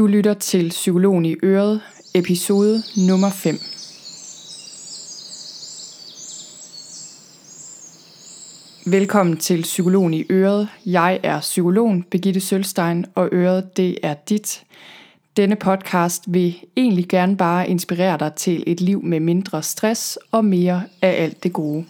Du lytter til Psykologen i Øret, episode nummer 5. Velkommen til Psykologen i Øret. Jeg er psykologen Birgitte Sølstein, og Øret det er dit. Denne podcast vil egentlig gerne bare inspirere dig til et liv med mindre stress og mere af alt det gode.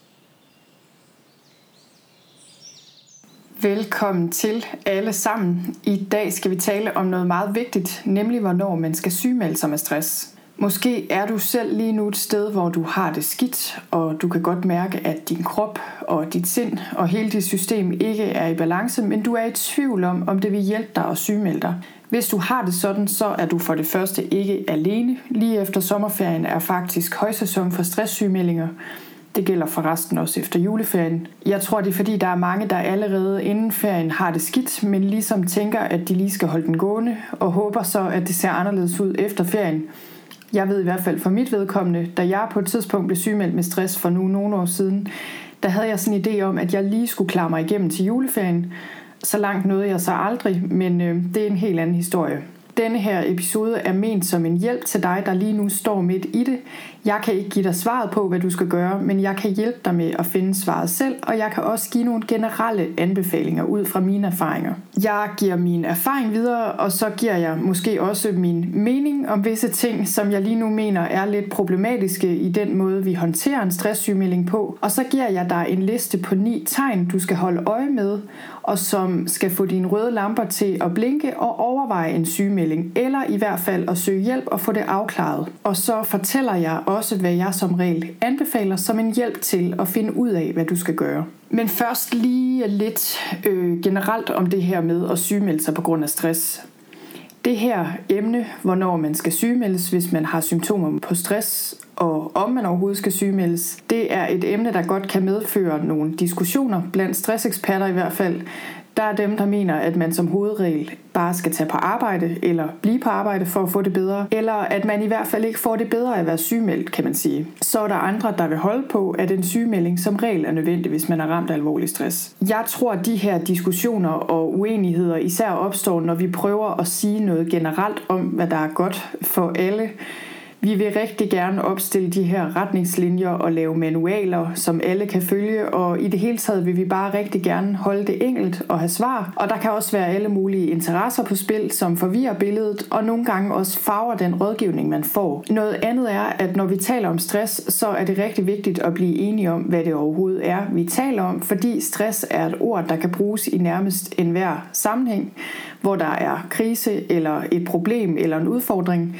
Velkommen til alle sammen. I dag skal vi tale om noget meget vigtigt, nemlig hvornår man skal sygemelde sig med stress. Måske er du selv lige nu et sted, hvor du har det skidt, og du kan godt mærke, at din krop og dit sind og hele dit system ikke er i balance, men du er i tvivl om det vil hjælpe dig at sygemelde dig. Hvis du har det sådan, så er du for det første ikke alene. Lige efter sommerferien er faktisk højsæson for stresssygemeldinger. Det gælder forresten også efter juleferien. Jeg tror, det er fordi, der er mange, der allerede inden ferien har det skidt, men ligesom tænker, at de lige skal holde den gående, og håber så, at det ser anderledes ud efter ferien. Jeg ved i hvert fald for mit vedkommende, da jeg på et tidspunkt blev sygemeldt med stress for nu nogle år siden, der havde jeg sådan en idé om, at jeg lige skulle klare mig igennem til juleferien. Så langt nåede jeg så aldrig, men det er en helt anden historie. Denne her episode er ment som en hjælp til dig, der lige nu står midt i det. Jeg kan ikke give dig svaret på, hvad du skal gøre, men jeg kan hjælpe dig med at finde svaret selv, og jeg kan også give nogle generelle anbefalinger ud fra mine erfaringer. Jeg giver min erfaring videre, og så giver jeg måske også min mening om visse ting, som jeg lige nu mener er lidt problematiske i den måde, vi håndterer en stresssygemelding på. Og så giver jeg dig en liste på 9 tegn, du skal holde øje med, og som skal få dine røde lamper til at blinke og overveje en sygemelding, eller i hvert fald at søge hjælp og få det afklaret. Og så fortæller jeg også, hvad jeg som regel anbefaler som en hjælp til at finde ud af, hvad du skal gøre. Men først lige lidt generelt om det her med at sygemelde sig på grund af stress. Det her emne, hvornår man skal sygemeldes, hvis man har symptomer på stress, og om man overhovedet skal sygemeldes, det er et emne, der godt kan medføre nogle diskussioner, blandt stresseksperter i hvert fald. Der er dem, der mener, at man som hovedregel bare skal tage på arbejde eller blive på arbejde for at få det bedre, eller at man i hvert fald ikke får det bedre af at være sygemeldt, kan man sige. Så er der andre, der vil holde på, at en sygemelding som regel er nødvendig, hvis man er ramt af alvorlig stress. Jeg tror, at de her diskussioner og uenigheder især opstår, når vi prøver at sige noget generelt om, hvad der er godt for alle. Vi vil rigtig gerne opstille de her retningslinjer og lave manualer, som alle kan følge, og i det hele taget vil vi bare rigtig gerne holde det enkelt og have svar. Og der kan også være alle mulige interesser på spil, som forvirrer billedet, og nogle gange også farver den rådgivning, man får. Noget andet er, at når vi taler om stress, så er det rigtig vigtigt at blive enige om, hvad det overhovedet er, vi taler om, fordi stress er et ord, der kan bruges i nærmest enhver sammenhæng, hvor der er krise eller et problem eller en udfordring.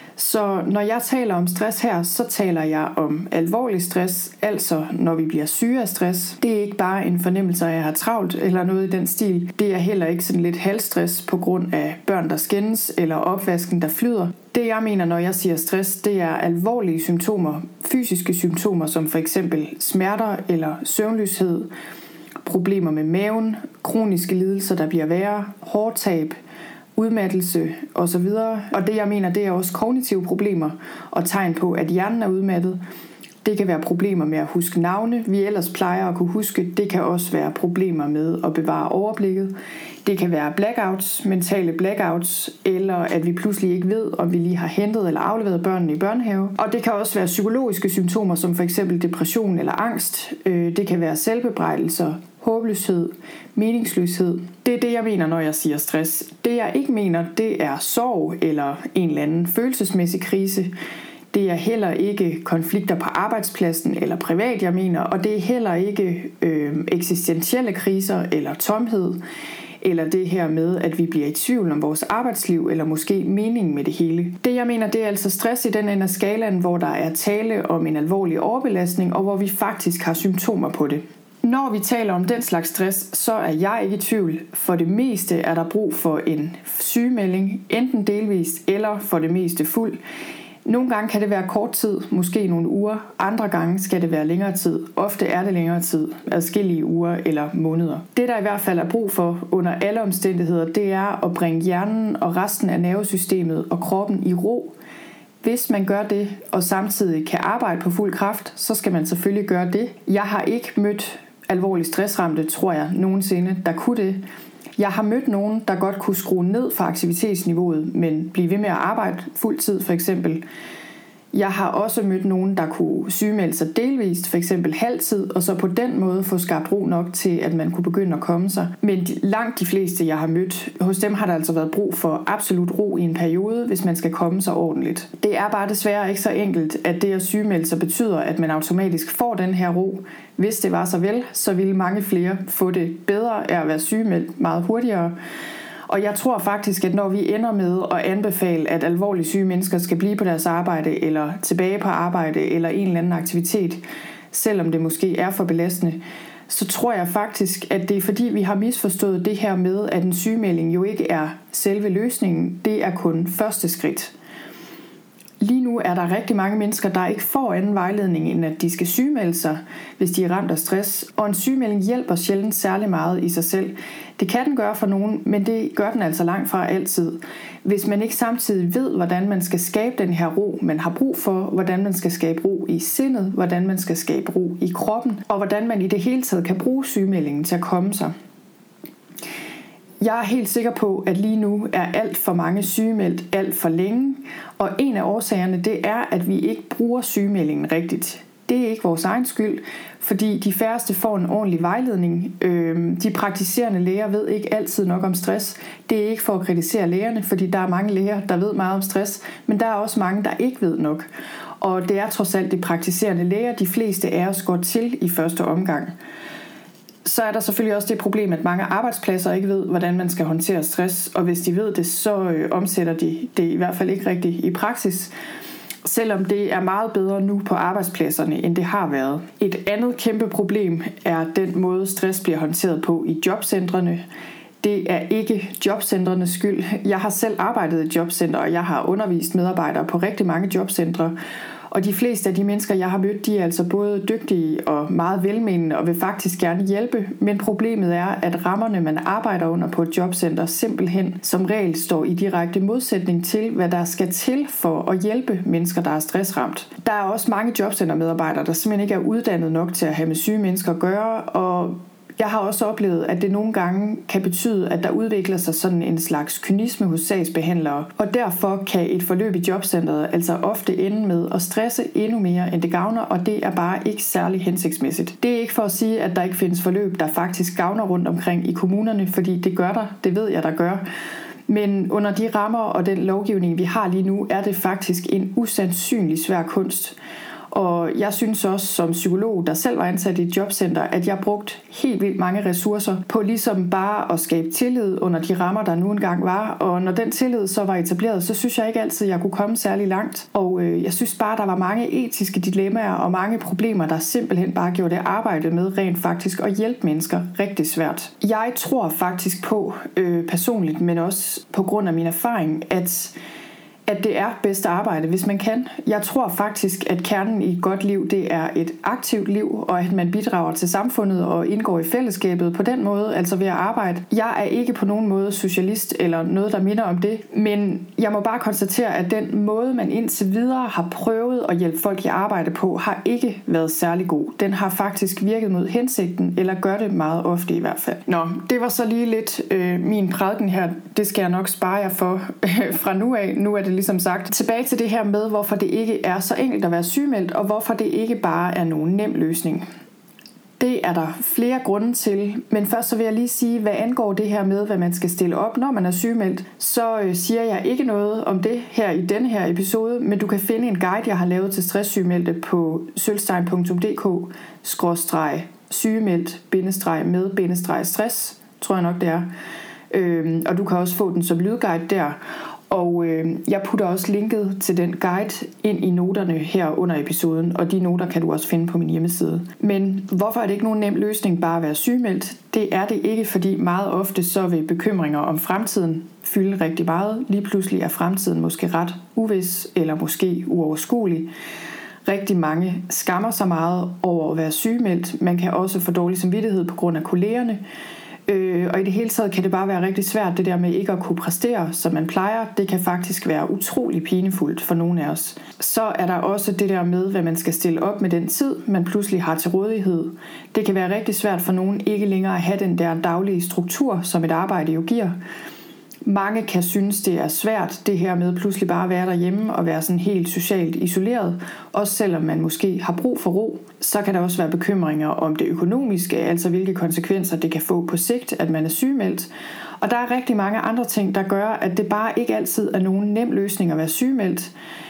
Så når jeg taler om stress her, så taler jeg om alvorlig stress, altså når vi bliver syge af stress. Det er ikke bare en fornemmelse af at have travlt eller noget i den stil. Det er heller ikke sådan lidt halvstress på grund af børn, der skændes eller opvasken, der flyder. Det jeg mener, når jeg siger stress, det er alvorlige symptomer, fysiske symptomer som for eksempel smerter eller søvnløshed, problemer med maven, kroniske lidelser, der bliver værre, hårtab, udmattelse osv. Og det jeg mener, det er også kognitive problemer og tegn på, at hjernen er udmattet. Det kan være problemer med at huske navne, vi ellers plejer at kunne huske. Det kan også være problemer med at bevare overblikket. Det kan være blackouts, mentale blackouts, eller at vi pludselig ikke ved, om vi lige har hentet eller afleveret børnene i børnehave. Og det kan også være psykologiske symptomer, som for eksempel depression eller angst. Det kan være selvbebrejdelser, håbløshed, meningsløshed. Det er det, jeg mener, når jeg siger stress. Det, jeg ikke mener, det er sorg eller en eller anden følelsesmæssig krise. Det er heller ikke konflikter på arbejdspladsen eller privat, jeg mener. Og det er heller ikke eksistentielle kriser eller tomhed. Eller det her med, at vi bliver i tvivl om vores arbejdsliv, eller måske meningen med det hele. Det jeg mener, det er altså stress i den ende af skalaen, hvor der er tale om en alvorlig overbelastning, og hvor vi faktisk har symptomer på det. Når vi taler om den slags stress, så er jeg ikke i tvivl. For det meste er der brug for en sygemelding, enten delvist eller for det meste fuld. Nogle gange kan det være kort tid, måske nogle uger. Andre gange skal det være længere tid. Ofte er det længere tid, adskillige uger eller måneder. Det der i hvert fald er brug for under alle omstændigheder, det er at bringe hjernen og resten af nervesystemet og kroppen i ro. Hvis man gør det, og samtidig kan arbejde på fuld kraft, så skal man selvfølgelig gøre det. Jeg har ikke mødt alvorligt stressramte, tror jeg, nogensinde, der kunne det. Jeg har mødt nogen, der godt kunne skrue ned for aktivitetsniveauet, men blive ved med at arbejde fuld tid for eksempel. Jeg har også mødt nogen, der kunne sygemelde sig delvist, for eksempel halvtid, og så på den måde få skabt ro nok til, at man kunne begynde at komme sig. Men langt de fleste, jeg har mødt, hos dem har der altså været brug for absolut ro i en periode, hvis man skal komme sig ordentligt. Det er bare desværre ikke så enkelt, at det at sygemelde sig betyder, at man automatisk får den her ro. Hvis det var så vel, så ville mange flere få det bedre af at være sygemeldt meget hurtigere. Og jeg tror faktisk, at når vi ender med at anbefale, at alvorligt syge mennesker skal blive på deres arbejde, eller tilbage på arbejde, eller en eller anden aktivitet, selvom det måske er for belastende, så tror jeg faktisk, at det er fordi, vi har misforstået det her med, at en sygemelding jo ikke er selve løsningen. Det er kun første skridt. Lige nu er der rigtig mange mennesker, der ikke får anden vejledning, end at de skal sygemelde sig, hvis de er ramt af stress. Og en sygemelding hjælper sjældent særlig meget i sig selv. Det kan den gøre for nogen, men det gør den altså langt fra altid. Hvis man ikke samtidig ved, hvordan man skal skabe den her ro, man har brug for, hvordan man skal skabe ro i sindet, hvordan man skal skabe ro i kroppen, og hvordan man i det hele taget kan bruge sygemeldingen til at komme sig. Jeg er helt sikker på, at lige nu er alt for mange sygemeldt alt for længe, og en af årsagerne det er, at vi ikke bruger sygemeldingen rigtigt. Det er ikke vores egen skyld, fordi de færreste får en ordentlig vejledning. De praktiserende læger ved ikke altid nok om stress. Det er ikke for at kritisere lægerne, fordi der er mange læger, der ved meget om stress, men der er også mange, der ikke ved nok. Og det er trods alt de praktiserende læger, de fleste af os går til i første omgang. Så er der selvfølgelig også det problem, at mange arbejdspladser ikke ved, hvordan man skal håndtere stress, og hvis de ved det, så omsætter de det i hvert fald ikke rigtigt i praksis, selvom det er meget bedre nu på arbejdspladserne, end det har været. Et andet kæmpe problem er den måde, stress bliver håndteret på i jobcentrene. Det er ikke jobcentrenes skyld. Jeg har selv arbejdet i jobcenter, og jeg har undervist medarbejdere på rigtig mange jobcentre. Og de fleste af de mennesker, jeg har mødt, de er altså både dygtige og meget velmenende og vil faktisk gerne hjælpe. Men problemet er, at rammerne, man arbejder under på et jobcenter, simpelthen som regel står i direkte modsætning til, hvad der skal til for at hjælpe mennesker, der er stressramt. Der er også mange jobcentermedarbejdere, der simpelthen ikke er uddannet nok til at have med syge mennesker at gøre, og jeg har også oplevet, at det nogle gange kan betyde, at der udvikler sig sådan en slags kynisme hos sagsbehandlere, og derfor kan et forløb i jobcentret altså ofte ende med at stresse endnu mere, end det gavner, og det er bare ikke særlig hensigtsmæssigt. Det er ikke for at sige, at der ikke findes forløb, der faktisk gavner rundt omkring i kommunerne, fordi det gør der, det ved jeg, der gør. Men under de rammer og den lovgivning, vi har lige nu, er det faktisk en usandsynlig svær kunst. Og jeg synes også som psykolog, der selv var ansat i et jobcenter, at jeg brugte helt vildt mange ressourcer på ligesom bare at skabe tillid under de rammer, der nu engang var. Og når den tillid så var etableret, så synes jeg ikke altid, at jeg kunne komme særlig langt. Og jeg synes bare, der var mange etiske dilemmaer og mange problemer, der simpelthen bare gjorde det arbejde med rent faktisk at hjælpe mennesker rigtig svært. Jeg tror faktisk på personligt, men også på grund af min erfaring, at det er bedst at arbejde, hvis man kan. Jeg tror faktisk, at kernen i et godt liv, det er et aktivt liv, og at man bidrager til samfundet og indgår i fællesskabet på den måde, altså ved at arbejde. Jeg er ikke på nogen måde socialist eller noget, der minder om det, men jeg må bare konstatere, at den måde, man indtil videre har prøvet at hjælpe folk i arbejde på, har ikke været særlig god. Den har faktisk virket mod hensigten, eller gør det meget ofte i hvert fald. Nå, det var så lige lidt min prædiken her. Det skal jeg nok spare jer for fra nu af. Nu er det ligesom sagt. Tilbage til det her med, hvorfor det ikke er så enkelt at være sygemeldt, og hvorfor det ikke bare er nogen nem løsning. Det er der flere grunde til, men først så vil jeg lige sige, hvad angår det her med, hvad man skal stille op, når man er sygemeldt, så siger jeg ikke noget om det her i denne her episode, men du kan finde en guide, jeg har lavet til stresssygemeldte på sølvstein.dk/sygemeldt-med-stress, tror jeg nok det er. Og du kan også få den som lydguide der. Og jeg putter også linket til den guide ind i noterne her under episoden, og de noter kan du også finde på min hjemmeside. Men hvorfor er det ikke nogen nem løsning bare at være sygemeldt? Det er det ikke, fordi meget ofte så vil bekymringer om fremtiden fylde rigtig meget. Lige pludselig er fremtiden måske ret uvis eller måske uoverskuelig. Rigtig mange skammer sig meget over at være sygemeldt. Man kan også få dårlig samvittighed på grund af kollegerne. Og i det hele taget kan det bare være rigtig svært, det der med ikke at kunne præstere, som man plejer. Det kan faktisk være utrolig pinefuldt for nogle af os. Så er der også det der med, hvad man skal stille op med den tid, man pludselig har til rådighed. Det kan være rigtig svært for nogen ikke længere at have den der daglige struktur, som et arbejde jo giver. Mange kan synes, det er svært, det her med pludselig bare at være derhjemme og være sådan helt socialt isoleret. Også selvom man måske har brug for ro, så kan der også være bekymringer om det økonomiske, altså hvilke konsekvenser det kan få på sigt, at man er sygemeldt. Og der er rigtig mange andre ting, der gør, at det bare ikke altid er nogen nem løsning at være sygemeldt.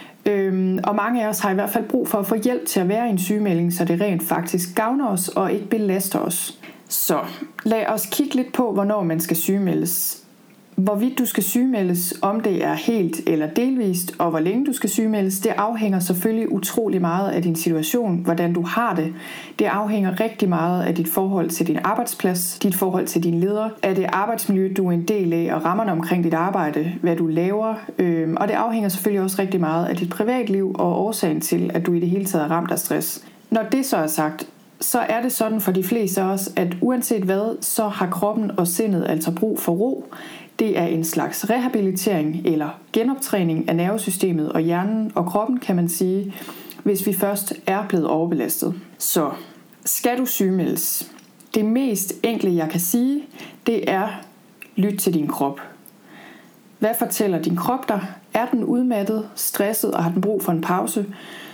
Og mange af os har i hvert fald brug for at få hjælp til at være i en sygemelding, så det rent faktisk gavner os og ikke belaster os. Så lad os kigge lidt på, hvornår man skal sygemeldes. Hvorvidt du skal sygemeldes, om det er helt eller delvist, og hvor længe du skal sygemeldes, det afhænger selvfølgelig utrolig meget af din situation, hvordan du har det. Det afhænger rigtig meget af dit forhold til din arbejdsplads, dit forhold til din leder, af det arbejdsmiljø, du er en del af, og rammerne omkring dit arbejde, hvad du laver. Og det afhænger selvfølgelig også rigtig meget af dit privatliv og årsagen til, at du i det hele taget er ramt af stress. Når det så er sagt, så er det sådan for de fleste af os, at uanset hvad, så har kroppen og sindet altså brug for ro. Det er en slags rehabilitering eller genoptræning af nervesystemet og hjernen og kroppen, kan man sige, hvis vi først er blevet overbelastet. Så skal du sygemeldes? Det mest enkle, jeg kan sige, det er lyt til din krop. Hvad fortæller din krop dig? Er den udmattet, stresset og har den brug for en pause?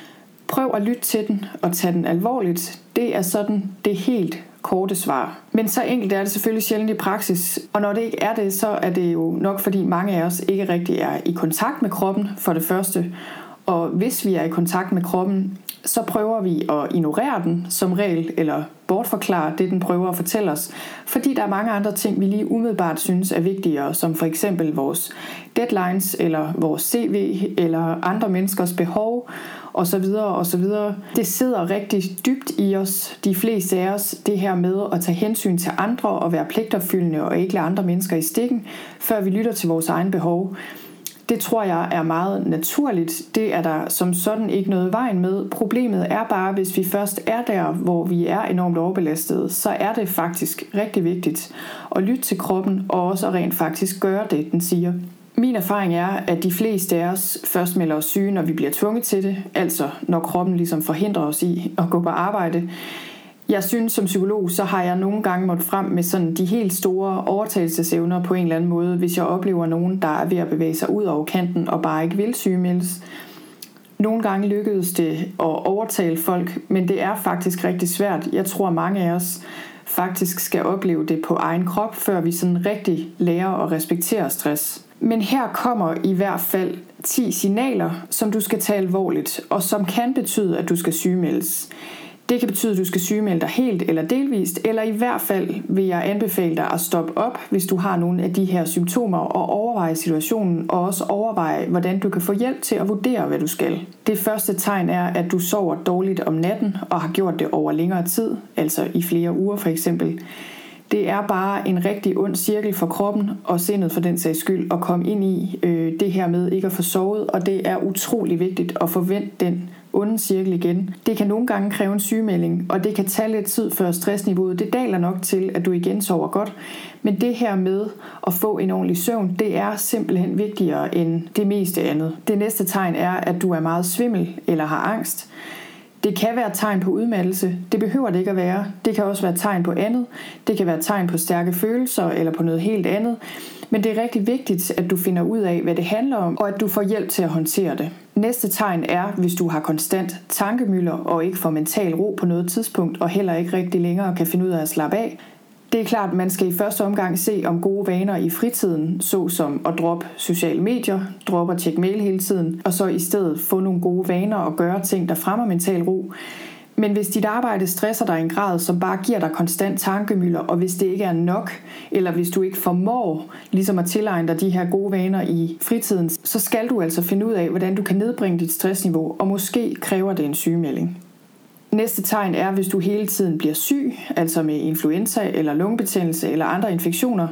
Prøv at lytte til den og tage den alvorligt. Det er sådan det helt korte svar. Men så enkelt er det selvfølgelig sjældent i praksis, og når det ikke er det, så er det jo nok fordi mange af os ikke rigtig er i kontakt med kroppen for det første. Og hvis vi er i kontakt med kroppen, så prøver vi at ignorere den som regel, eller bortforklare det, den prøver at fortælle os. Fordi der er mange andre ting, vi lige umiddelbart synes er vigtigere, som for eksempel vores deadlines, eller vores CV, eller andre menneskers behov, og så videre, og så videre. Det sidder rigtig dybt i os, de fleste af os, det her med at tage hensyn til andre og være pligtopfyldende og ikke lade andre mennesker i stikken, før vi lytter til vores egen behov. Det tror jeg er meget naturligt. Det er der som sådan ikke noget vejen med. Problemet er bare, hvis vi først er der, hvor vi er enormt overbelastede, så er det faktisk rigtig vigtigt at lytte til kroppen og også rent faktisk gøre det, den siger. Min erfaring er, at de fleste af os først melder os syge, når vi bliver tvunget til det, altså når kroppen ligesom forhindrer os i at gå på arbejde. Jeg synes som psykolog, så har jeg nogle gange måttet frem med sådan de helt store overtagelsesevner på en eller anden måde, hvis jeg oplever nogen, der er ved at bevæge sig ud over kanten og bare ikke vil sygemeldes. Nogle gange lykkedes det at overtale folk, men det er faktisk rigtig svært. Jeg tror, mange af os faktisk skal opleve det på egen krop, før vi sådan rigtig lærer at respektere stress. Men her kommer i hvert fald 10 signaler, som du skal tage alvorligt, og som kan betyde, at du skal sygemeldes. Det kan betyde, at du skal sygemelde dig helt eller delvist, eller i hvert fald vil jeg anbefale dig at stoppe op, hvis du har nogle af de her symptomer, og overveje situationen, og også overveje, hvordan du kan få hjælp til at vurdere, hvad du skal. Det første tegn er, at du sover dårligt om natten, og har gjort det over længere tid, altså i flere uger for eksempel. Det er bare en rigtig ond cirkel for kroppen og sindet for den sags skyld at komme ind i det her med ikke at få sovet, og det er utrolig vigtigt at forvente den onde cirkel igen. Det kan nogle gange kræve en sygemelding, og det kan tage lidt tid før stressniveauet det daler nok til, at du igen sover godt. Men det her med at få en ordentlig søvn, det er simpelthen vigtigere end det meste andet. Det næste tegn er, at du er meget svimmel eller har angst. Det kan være et tegn på udmattelse. Det behøver det ikke at være. Det kan også være et tegn på andet. Det kan være et tegn på stærke følelser eller på noget helt andet. Men det er rigtig vigtigt, at du finder ud af, hvad det handler om, og at du får hjælp til at håndtere det. Næste tegn er, hvis du har konstant tankemylder og ikke får mental ro på noget tidspunkt, og heller ikke rigtig længere kan finde ud af at slappe af. Det er klart, at man skal i første omgang se om gode vaner i fritiden, såsom at droppe sociale medier, droppe at tjekke mail hele tiden, og så i stedet få nogle gode vaner og gøre ting, der fremmer mental ro. Men hvis dit arbejde stresser dig i en grad, som bare giver dig konstant tankemylder, og hvis det ikke er nok, eller hvis du ikke formår ligesom at tilegne dig de her gode vaner i fritiden, så skal du altså finde ud af, hvordan du kan nedbringe dit stressniveau, og måske kræver det en sygemelding. Næste tegn er, hvis du hele tiden bliver syg, altså med influenza eller lungebetændelse eller andre infektioner.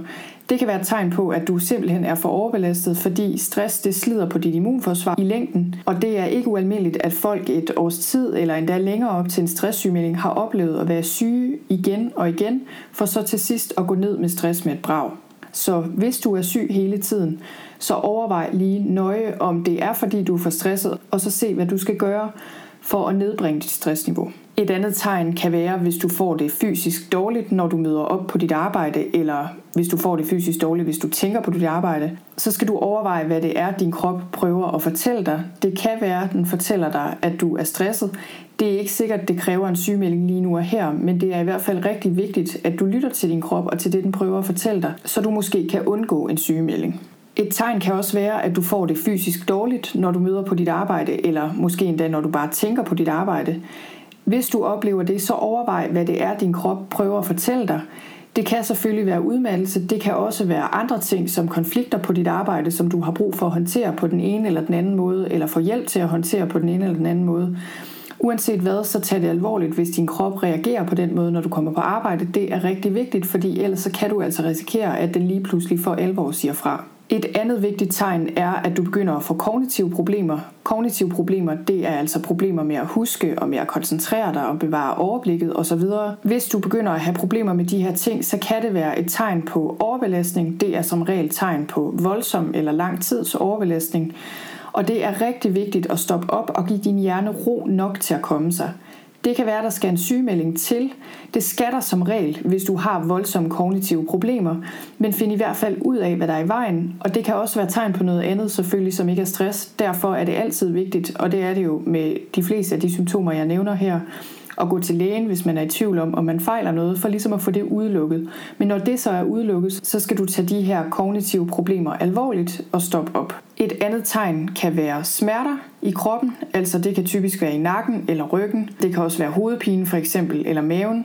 Det kan være et tegn på, at du simpelthen er for overbelastet, fordi stress det slider på dit immunforsvar i længden. Og det er ikke ualmindeligt, at folk et års tid eller endda længere op til en stresssygemelding har oplevet at være syge igen og igen, for så til sidst at gå ned med stress med et brag. Så hvis du er syg hele tiden, så overvej lige nøje, om det er fordi du er for stresset, og så se hvad du skal gøre for at nedbringe dit stressniveau. Et andet tegn kan være, hvis du får det fysisk dårligt, når du møder op på dit arbejde, eller hvis du får det fysisk dårligt, hvis du tænker på dit arbejde, så skal du overveje, hvad det er, din krop prøver at fortælle dig. Det kan være, at den fortæller dig, at du er stresset. Det er ikke sikkert, at det kræver en sygemelding lige nu og her, men det er i hvert fald rigtig vigtigt, at du lytter til din krop og til det, den prøver at fortælle dig, så du måske kan undgå en sygemelding. Et tegn kan også være, at du får det fysisk dårligt, når du møder på dit arbejde, eller måske endda, når du bare tænker på dit arbejde. Hvis du oplever det, så overvej, hvad det er, din krop prøver at fortælle dig. Det kan selvfølgelig være udmattelse, det kan også være andre ting, som konflikter på dit arbejde, som du har brug for at håndtere på den ene eller den anden måde, eller få hjælp til at håndtere på den ene eller den anden måde. Uanset hvad, så tag det alvorligt, hvis din krop reagerer på den måde, når du kommer på arbejde. Det er rigtig vigtigt, fordi ellers så kan du altså risikere, at den lige pludselig for alvor siger fra. Et andet vigtigt tegn er, at du begynder at få kognitive problemer. Kognitive problemer, det er altså problemer med at huske og med at koncentrere dig og bevare overblikket osv. Hvis du begynder at have problemer med de her ting, så kan det være et tegn på overbelastning. Det er som regel tegn på voldsom eller lang tids overbelastning. Og det er rigtig vigtigt at stoppe op og give din hjerne ro nok til at komme sig. Det kan være, der skal en sygemelding til. Det skal der som regel, hvis du har voldsomme kognitive problemer. Men find i hvert fald ud af, hvad der er i vejen. Og det kan også være tegn på noget andet, selvfølgelig, som ikke er stress. Derfor er det altid vigtigt, og det er det jo med de fleste af de symptomer, jeg nævner her, at gå til lægen, hvis man er i tvivl om man fejler noget, for ligesom at få det udelukket. Men når det så er udelukket, så skal du tage de her kognitive problemer alvorligt og stoppe op. Et andet tegn kan være smerter i kroppen, altså det kan typisk være i nakken eller ryggen. Det kan også være hovedpine for eksempel, eller maven.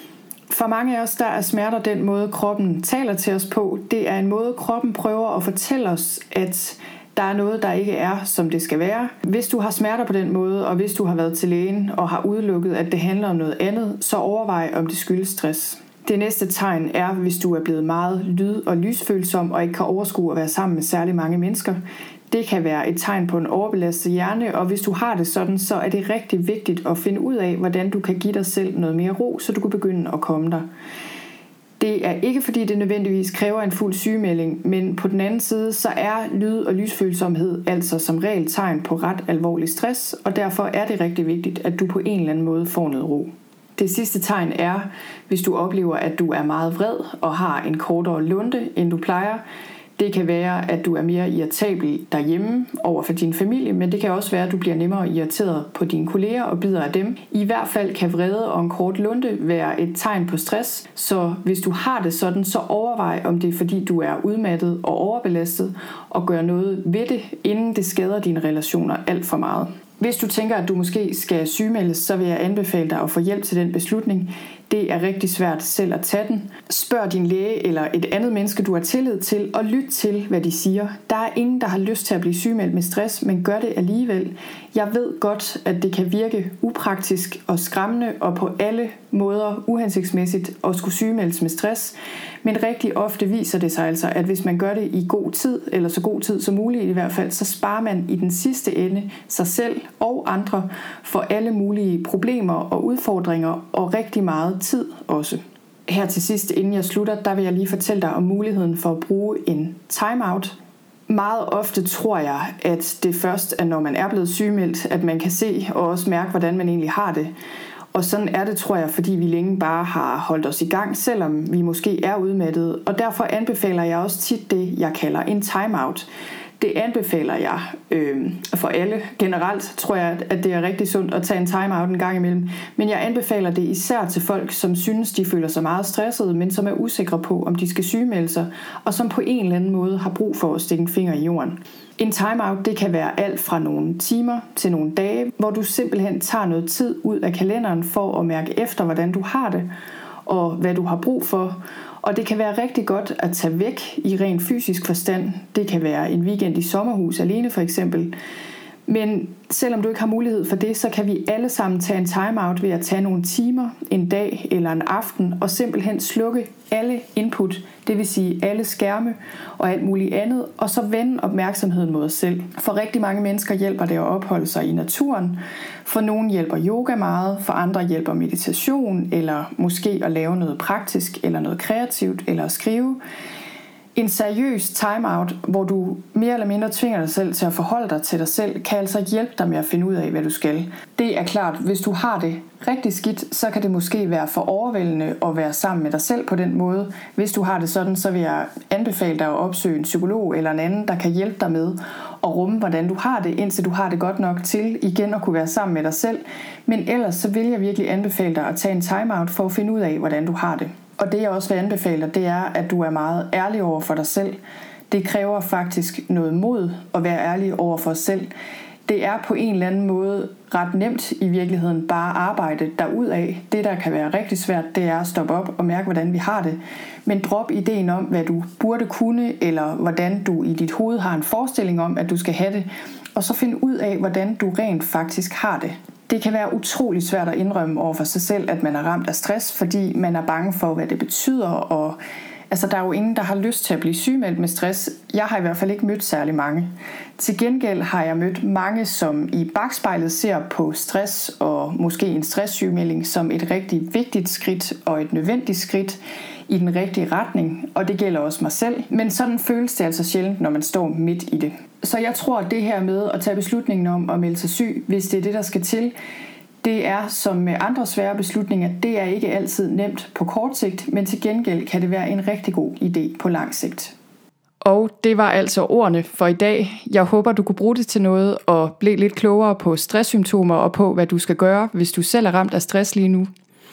For mange af os, der er smerter den måde, kroppen taler til os på. Det er en måde, kroppen prøver at fortælle os, at der er noget, der ikke er, som det skal være. Hvis du har smerter på den måde, og hvis du har været til lægen og har udelukket, at det handler om noget andet, så overvej, om det skyldes stress. Det næste tegn er, hvis du er blevet meget lyd- og lysfølsom og ikke kan overskue at være sammen med særlig mange mennesker. Det kan være et tegn på en overbelastet hjerne, og hvis du har det sådan, så er det rigtig vigtigt at finde ud af, hvordan du kan give dig selv noget mere ro, så du kan begynde at komme dig. Det er ikke fordi det nødvendigvis kræver en fuld sygemelding, men på den anden side, så er lyd- og lysfølsomhed altså som regel tegn på ret alvorlig stress, og derfor er det rigtig vigtigt, at du på en eller anden måde får noget ro. Det sidste tegn er, hvis du oplever, at du er meget vred og har en kortere lunte, end du plejer. Det kan være, at du er mere irritabel derhjemme over for din familie, men det kan også være, at du bliver nemmere irriteret på dine kolleger og bider af dem. I hvert fald kan vrede og en kort lunte være et tegn på stress, så hvis du har det sådan, så overvej, om det er fordi du er udmattet og overbelastet, og gør noget ved det, inden det skader dine relationer alt for meget. Hvis du tænker, at du måske skal sygemeldes, så vil jeg anbefale dig at få hjælp til den beslutning. Det er rigtig svært selv at tage den. Spørg din læge eller et andet menneske, du har tillid til, og lyt til, hvad de siger. Der er ingen, der har lyst til at blive sygemeldt med stress, men gør det alligevel. Jeg ved godt, at det kan virke upraktisk og skræmmende og på alle måder uhensigtsmæssigt at skulle sygemeldes med stress. Men rigtig ofte viser det sig altså, at hvis man gør det i god tid, eller så god tid som muligt i hvert fald, så sparer man i den sidste ende sig selv og andre for alle mulige problemer og udfordringer og rigtig meget tid også. Her til sidst, inden jeg slutter, der vil jeg lige fortælle dig om muligheden for at bruge en timeout. Meget ofte tror jeg, at det først er, når man er blevet sygemeldt, at man kan se og også mærke, hvordan man egentlig har det. Og sådan er det, tror jeg, fordi vi længe bare har holdt os i gang, selvom vi måske er udmattede. Og derfor anbefaler jeg også tit det, jeg kalder en timeout. Det anbefaler jeg for alle. Generelt tror jeg, at det er rigtig sundt at tage en timeout en gang imellem. Men jeg anbefaler det især til folk, som synes, de føler sig meget stressede, men som er usikre på, om de skal sygemelde sig, og som på en eller anden måde har brug for at stikke en finger i jorden. En timeout, det kan være alt fra nogle timer til nogle dage, hvor du simpelthen tager noget tid ud af kalenderen for at mærke efter, hvordan du har det, og hvad du har brug for. Og det kan være rigtig godt at tage væk i ren fysisk forstand. Det kan være en weekend i sommerhus alene for eksempel. Men selvom du ikke har mulighed for det, så kan vi alle sammen tage en timeout ved at tage nogle timer, en dag eller en aften og simpelthen slukke alle input, det vil sige alle skærme og alt muligt andet, og så vende opmærksomheden mod os selv. For rigtig mange mennesker hjælper det at opholde sig i naturen. For nogen hjælper yoga meget, for andre hjælper meditation, eller måske at lave noget praktisk, eller noget kreativt, eller at skrive. En seriøs timeout, hvor du mere eller mindre tvinger dig selv til at forholde dig til dig selv, kan altså hjælpe dig med at finde ud af, hvad du skal. Det er klart, hvis du har det rigtig skidt, så kan det måske være for overvældende at være sammen med dig selv på den måde. Hvis du har det sådan, så vil jeg anbefale dig at opsøge en psykolog eller en anden, der kan hjælpe dig med at rumme, hvordan du har det, indtil du har det godt nok til igen at kunne være sammen med dig selv. Men ellers så vil jeg virkelig anbefale dig at tage en timeout for at finde ud af, hvordan du har det. Og det jeg også vil anbefale dig, det er, at du er meget ærlig over for dig selv. Det kræver faktisk noget mod at være ærlig over for os selv. Det er på en eller anden måde ret nemt i virkeligheden bare at arbejde derudad. Det der kan være rigtig svært, det er at stoppe op og mærke, hvordan vi har det. Men drop ideen om, hvad du burde kunne, eller hvordan du i dit hoved har en forestilling om, at du skal have det. Og så find ud af, hvordan du rent faktisk har det. Det kan være utrolig svært at indrømme over for sig selv, at man er ramt af stress, fordi man er bange for, hvad det betyder. Og der er jo ingen, der har lyst til at blive sygemeldt med stress. Jeg har i hvert fald ikke mødt særlig mange. Til gengæld har jeg mødt mange, som i bagspejlet ser på stress og måske en stresssygemelding som et rigtig vigtigt skridt og et nødvendigt skridt i den rigtige retning, og det gælder også mig selv. Men sådan føles det altså sjældent, når man står midt i det. Så jeg tror, at det her med at tage beslutningen om at melde sig syg, hvis det er det, der skal til, det er som med andre svære beslutninger, det er ikke altid nemt på kort sigt, men til gengæld kan det være en rigtig god idé på lang sigt. Og det var altså ordene for i dag. Jeg håber, du kunne bruge det til noget og blive lidt klogere på stresssymptomer og på, hvad du skal gøre, hvis du selv er ramt af stress lige nu.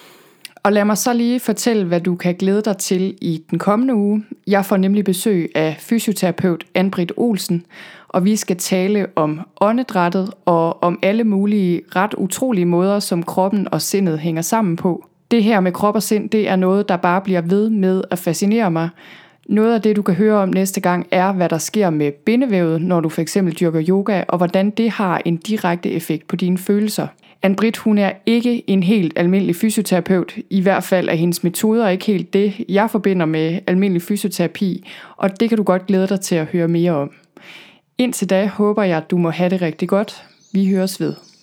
Og lad mig så lige fortælle, hvad du kan glæde dig til i den kommende uge. Jeg får nemlig besøg af fysioterapeut Ann-Britt Olsen, og vi skal tale om åndedrættet og om alle mulige ret utrolige måder, som kroppen og sindet hænger sammen på. Det her med krop og sind, det er noget, der bare bliver ved med at fascinere mig. Noget af det, du kan høre om næste gang, er, hvad der sker med bindevævet, når du f.eks. dyrker yoga, og hvordan det har en direkte effekt på dine følelser. Ann-Britt, hun er ikke en helt almindelig fysioterapeut. I hvert fald er hendes metoder ikke helt det, jeg forbinder med almindelig fysioterapi, og det kan du godt glæde dig til at høre mere om. Indtil da håber jeg, at du må have det rigtig godt. Vi høres ved.